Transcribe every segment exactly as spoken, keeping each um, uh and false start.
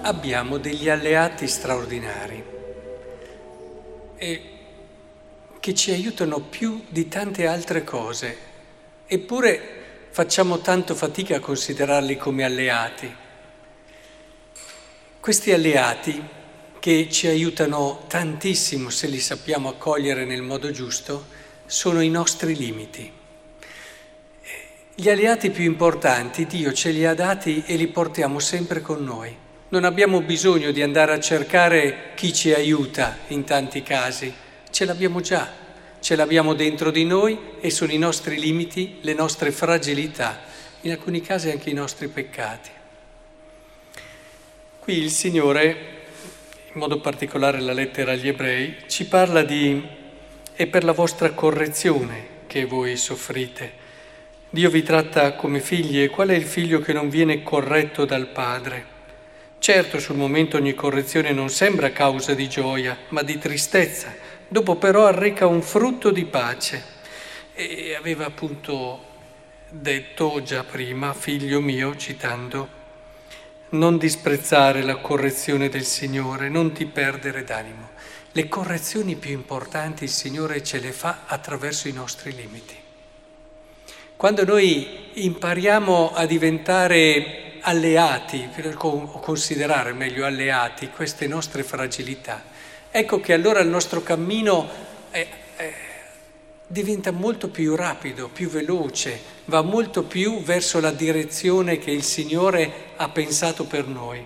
abbiamo degli alleati straordinari e che ci aiutano più di tante altre cose, eppure facciamo tanto fatica a considerarli come alleati. Questi alleati che ci aiutano tantissimo se li sappiamo accogliere nel modo giusto sono i nostri limiti. Gli alleati più importanti Dio ce li ha dati e li portiamo sempre con noi. Non abbiamo bisogno di andare a cercare chi ci aiuta in tanti casi, ce l'abbiamo già, ce l'abbiamo dentro di noi e sono i nostri limiti, le nostre fragilità, in alcuni casi anche i nostri peccati. Qui il Signore, in modo particolare la lettera agli Ebrei, ci parla di «è per la vostra correzione che voi soffrite». Dio vi tratta come figli e qual è il figlio che non viene corretto dal padre? Certo, sul momento ogni correzione non sembra causa di gioia, ma di tristezza. Dopo però arreca un frutto di pace. E aveva appunto detto già prima, figlio mio, citando, non disprezzare la correzione del Signore, non ti perdere d'animo. Le correzioni più importanti il Signore ce le fa attraverso i nostri limiti. Quando noi impariamo a diventare alleati, o considerare meglio alleati, queste nostre fragilità, ecco che allora il nostro cammino è, è, diventa molto più rapido, più veloce, va molto più verso la direzione che il Signore ha pensato per noi.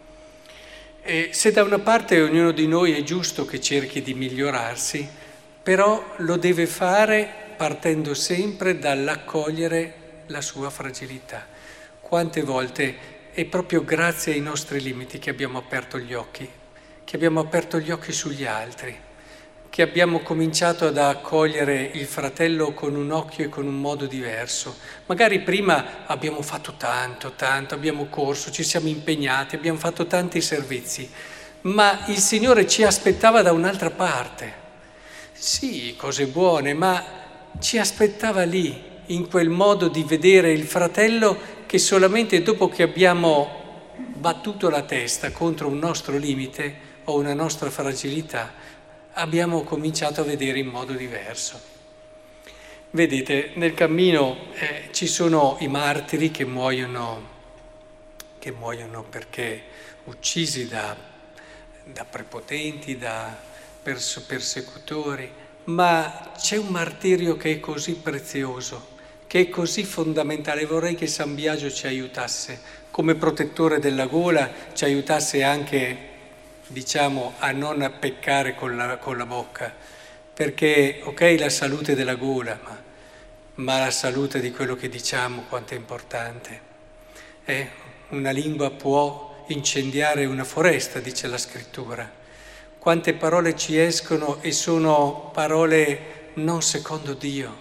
E se da una parte ognuno di noi è giusto che cerchi di migliorarsi, però lo deve fare partendo sempre dall'accogliere la sua fragilità. Quante volte è proprio grazie ai nostri limiti che abbiamo aperto gli occhi, che abbiamo aperto gli occhi sugli altri, che abbiamo cominciato ad accogliere il fratello con un occhio e con un modo diverso. Magari prima abbiamo fatto tanto, tanto, abbiamo corso, ci siamo impegnati, abbiamo fatto tanti servizi, ma il Signore ci aspettava da un'altra parte. Sì, cose buone, ma ci aspettava lì, in quel modo di vedere il fratello che solamente dopo che abbiamo battuto la testa contro un nostro limite o una nostra fragilità, abbiamo cominciato a vedere in modo diverso. Vedete, nel cammino eh, ci sono i martiri che muoiono, che muoiono perché uccisi da, da prepotenti, da pers- persecutori, ma c'è un martirio che è così prezioso, che è così fondamentale. Vorrei che San Biagio ci aiutasse, come protettore della gola, ci aiutasse anche, diciamo, a non peccare con la, con la bocca, perché, ok, la salute della gola, ma, ma la salute di quello che diciamo quanto è importante. Eh, una lingua può incendiare una foresta, dice la Scrittura. Quante parole ci escono e sono parole non secondo Dio,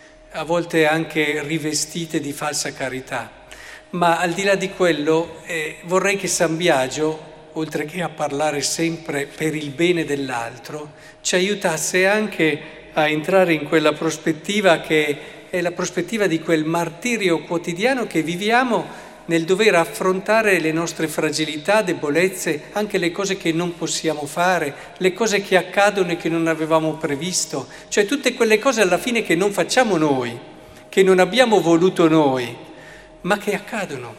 a volte anche rivestite di falsa carità. Ma al di là di quello eh, vorrei che San Biagio, oltre che a parlare sempre per il bene dell'altro, ci aiutasse anche a entrare in quella prospettiva che è la prospettiva di quel martirio quotidiano che viviamo nel dover affrontare le nostre fragilità, debolezze, anche le cose che non possiamo fare, le cose che accadono e che non avevamo previsto, cioè tutte quelle cose alla fine che non facciamo noi, che non abbiamo voluto noi, ma che accadono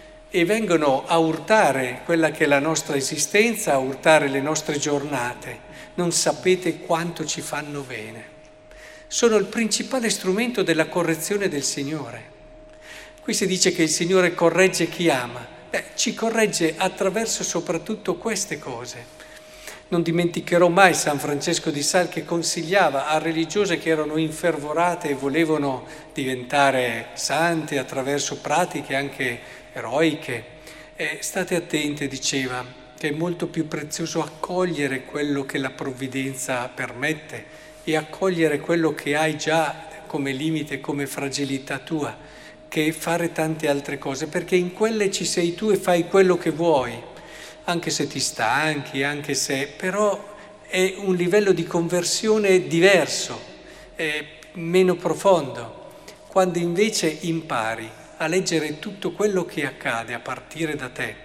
e vengono a urtare quella che è la nostra esistenza, a urtare le nostre giornate. Non sapete quanto ci fanno bene. Sono il principale strumento della correzione del Signore. Qui si dice che il Signore corregge chi ama. Beh, ci corregge attraverso soprattutto queste cose. Non dimenticherò mai San Francesco di Sales che consigliava a religiose che erano infervorate e volevano diventare sante attraverso pratiche anche eroiche. Eh, state attente, diceva, che è molto più prezioso accogliere quello che la provvidenza permette e accogliere quello che hai già come limite, come fragilità tua, che fare tante altre cose, perché in quelle ci sei tu e fai quello che vuoi, anche se ti stanchi, anche se, però è un livello di conversione diverso, è meno profondo, quando invece impari a leggere tutto quello che accade a partire da te,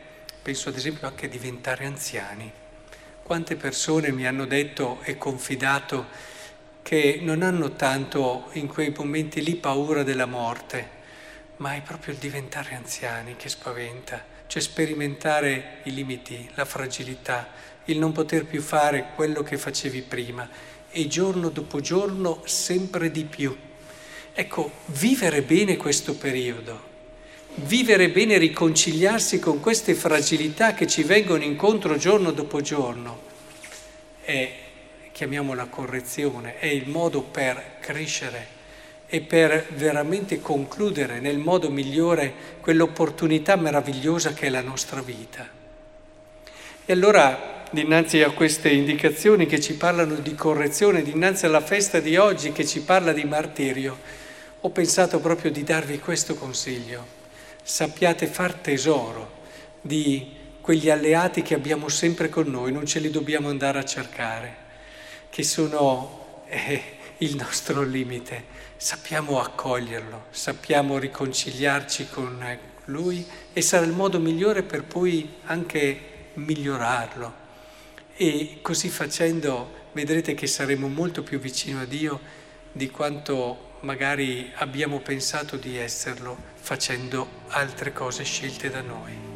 penso ad esempio anche a diventare anziani. Quante persone mi hanno detto e confidato che non hanno tanto in quei momenti lì paura della morte, ma è proprio il diventare anziani che spaventa, cioè sperimentare i limiti, la fragilità, il non poter più fare quello che facevi prima e giorno dopo giorno sempre di più. Ecco, vivere bene questo periodo, vivere bene, riconciliarsi con queste fragilità che ci vengono incontro giorno dopo giorno, è, chiamiamola correzione, è il modo per crescere e per veramente concludere nel modo migliore quell'opportunità meravigliosa che è la nostra vita. E allora, dinanzi a queste indicazioni che ci parlano di correzione, dinanzi alla festa di oggi che ci parla di martirio, ho pensato proprio di darvi questo consiglio. Sappiate far tesoro di quegli alleati che abbiamo sempre con noi, non ce li dobbiamo andare a cercare, che sono eh, il nostro limite. Sappiamo accoglierlo, sappiamo riconciliarci con lui e sarà il modo migliore per poi anche migliorarlo. E così facendo vedrete che saremo molto più vicino a Dio di quanto magari abbiamo pensato di esserlo facendo altre cose scelte da noi.